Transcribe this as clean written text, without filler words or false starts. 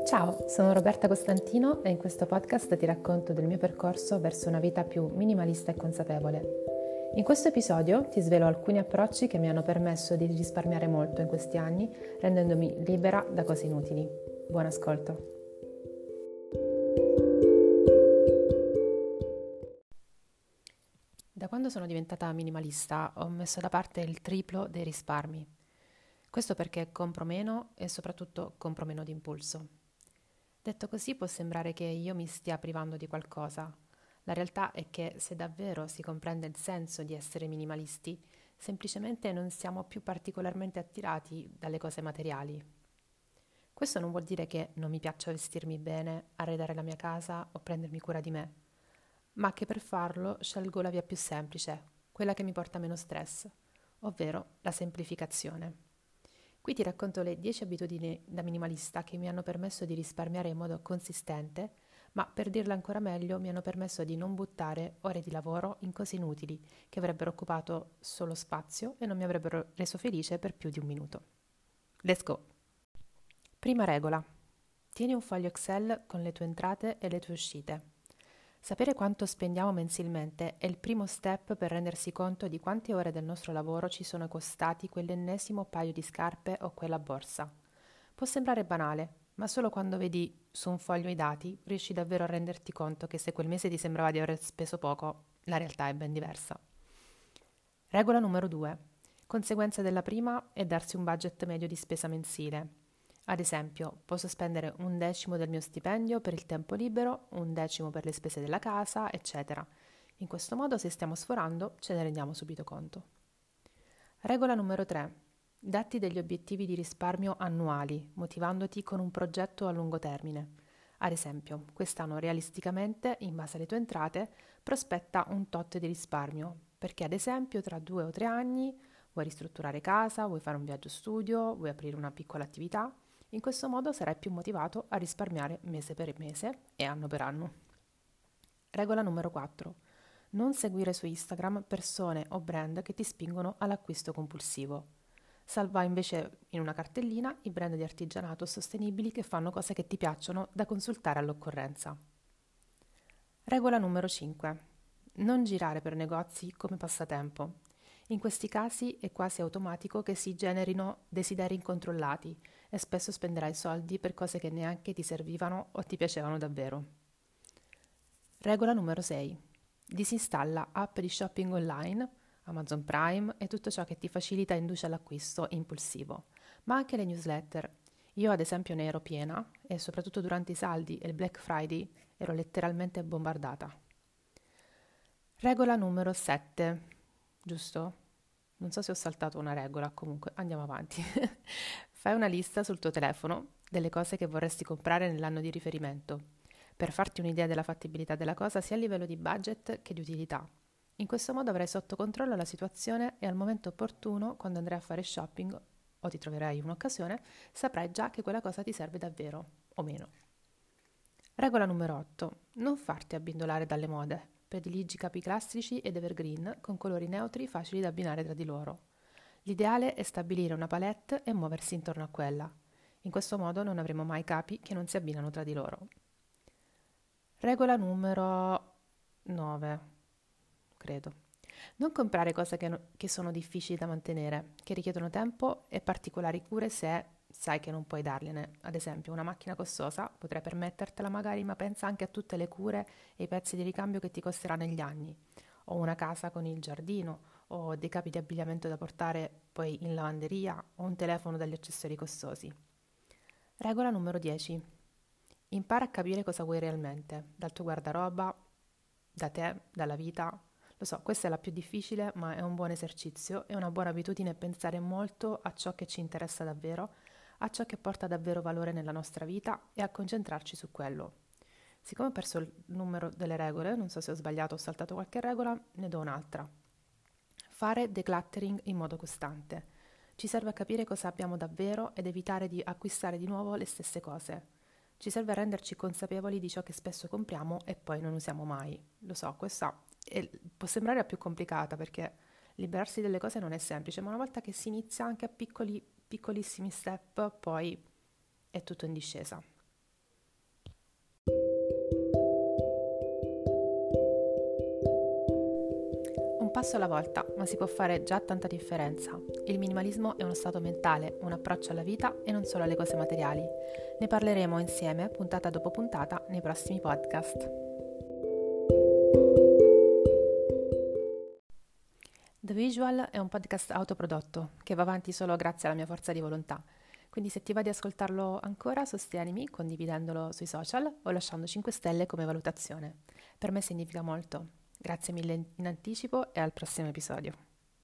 Ciao, sono Roberta Costantino e in questo podcast ti racconto del mio percorso verso una vita più minimalista e consapevole. In questo episodio ti svelo alcuni approcci che mi hanno permesso di risparmiare molto in questi anni, rendendomi libera da cose inutili. Buon ascolto! Da quando sono diventata minimalista ho messo da parte il triplo dei risparmi. Questo perché compro meno e soprattutto compro meno d'impulso. Detto così può sembrare che io mi stia privando di qualcosa. La realtà è che se davvero si comprende il senso di essere minimalisti, semplicemente non siamo più particolarmente attirati dalle cose materiali. Questo non vuol dire che non mi piaccia vestirmi bene, arredare la mia casa o prendermi cura di me, ma che per farlo scelgo la via più semplice, quella che mi porta meno stress, ovvero la semplificazione. Qui ti racconto le 10 abitudini da minimalista che mi hanno permesso di risparmiare in modo consistente, ma per dirla ancora meglio mi hanno permesso di non buttare ore di lavoro in cose inutili che avrebbero occupato solo spazio e non mi avrebbero reso felice per più di un minuto. Let's go! Prima regola. Tieni un foglio Excel con le tue entrate e le tue uscite. Sapere quanto spendiamo mensilmente è il primo step per rendersi conto di quante ore del nostro lavoro ci sono costati quell'ennesimo paio di scarpe o quella borsa. Può sembrare banale, ma solo quando vedi su un foglio i dati riesci davvero a renderti conto che se quel mese ti sembrava di aver speso poco, la realtà è ben diversa. Regola numero 2. Conseguenza della prima è darsi un budget medio di spesa mensile. Ad esempio, posso spendere 1/10 del mio stipendio per il tempo libero, 1/10 per le spese della casa, eccetera. In questo modo, se stiamo sforando, ce ne rendiamo subito conto. Regola numero 3. Datti degli obiettivi di risparmio annuali, motivandoti con un progetto a lungo termine. Ad esempio, quest'anno realisticamente, in base alle tue entrate, prospetta un tot di risparmio, perché ad esempio tra 2 o 3 anni vuoi ristrutturare casa, vuoi fare un viaggio studio, vuoi aprire una piccola attività. In questo modo sarai più motivato a risparmiare mese per mese e anno per anno. Regola numero 4. Non seguire su Instagram persone o brand che ti spingono all'acquisto compulsivo. Salva invece in una cartellina i brand di artigianato sostenibili che fanno cose che ti piacciono da consultare all'occorrenza. Regola numero 5. Non girare per negozi come passatempo. In questi casi è quasi automatico che si generino desideri incontrollati e spesso spenderai soldi per cose che neanche ti servivano o ti piacevano davvero. Regola numero 6. Disinstalla app di shopping online, Amazon Prime e tutto ciò che ti facilita e induce all'acquisto impulsivo, ma anche le newsletter. Io ad esempio ne ero piena e soprattutto durante i saldi e il Black Friday ero letteralmente bombardata. Regola numero 7. Giusto? Non so se ho saltato una regola, comunque andiamo avanti. Fai una lista sul tuo telefono delle cose che vorresti comprare nell'anno di riferimento, per farti un'idea della fattibilità della cosa sia a livello di budget che di utilità. In questo modo avrai sotto controllo la situazione e al momento opportuno, quando andrai a fare shopping o ti troverai un'occasione, saprai già che quella cosa ti serve davvero, o meno. Regola numero 8. Non farti abbindolare dalle mode. Prediligi capi classici ed evergreen con colori neutri facili da abbinare tra di loro. L'ideale è stabilire una palette e muoversi intorno a quella. In questo modo non avremo mai capi che non si abbinano tra di loro. Regola numero 9, credo. Non comprare cose che sono difficili da mantenere, che richiedono tempo e particolari cure se sai che non puoi dargliene. Ad esempio, una macchina costosa, potrai permettertela magari, ma pensa anche a tutte le cure e i pezzi di ricambio che ti costerà negli anni. O una casa con il giardino, o dei capi di abbigliamento da portare poi in lavanderia, o un telefono dagli accessori costosi. Regola numero 10. Impara a capire cosa vuoi realmente, dal tuo guardaroba, da te, dalla vita. Lo so, questa è la più difficile, ma è un buon esercizio e una buona abitudine pensare molto a ciò che ci interessa davvero, a ciò che porta davvero valore nella nostra vita e a concentrarci su quello. Siccome ho perso il numero delle regole, non so se ho sbagliato o saltato qualche regola, ne do un'altra. Fare decluttering in modo costante. Ci serve a capire cosa abbiamo davvero ed evitare di acquistare di nuovo le stesse cose. Ci serve a renderci consapevoli di ciò che spesso compriamo e poi non usiamo mai. Lo so, può sembrare la più complicata perché liberarsi delle cose non è semplice, ma una volta che si inizia anche a piccolissimi step, poi è tutto in discesa. passo alla volta, ma si può fare già tanta differenza. Il minimalismo è uno stato mentale, un approccio alla vita e non solo alle cose materiali. Ne parleremo insieme, puntata dopo puntata, nei prossimi podcast. The Visual è un podcast autoprodotto che va avanti solo grazie alla mia forza di volontà. Quindi se ti va di ascoltarlo ancora, sostienimi condividendolo sui social o lasciando 5 stelle come valutazione. Per me significa molto. Grazie mille in anticipo e al prossimo episodio.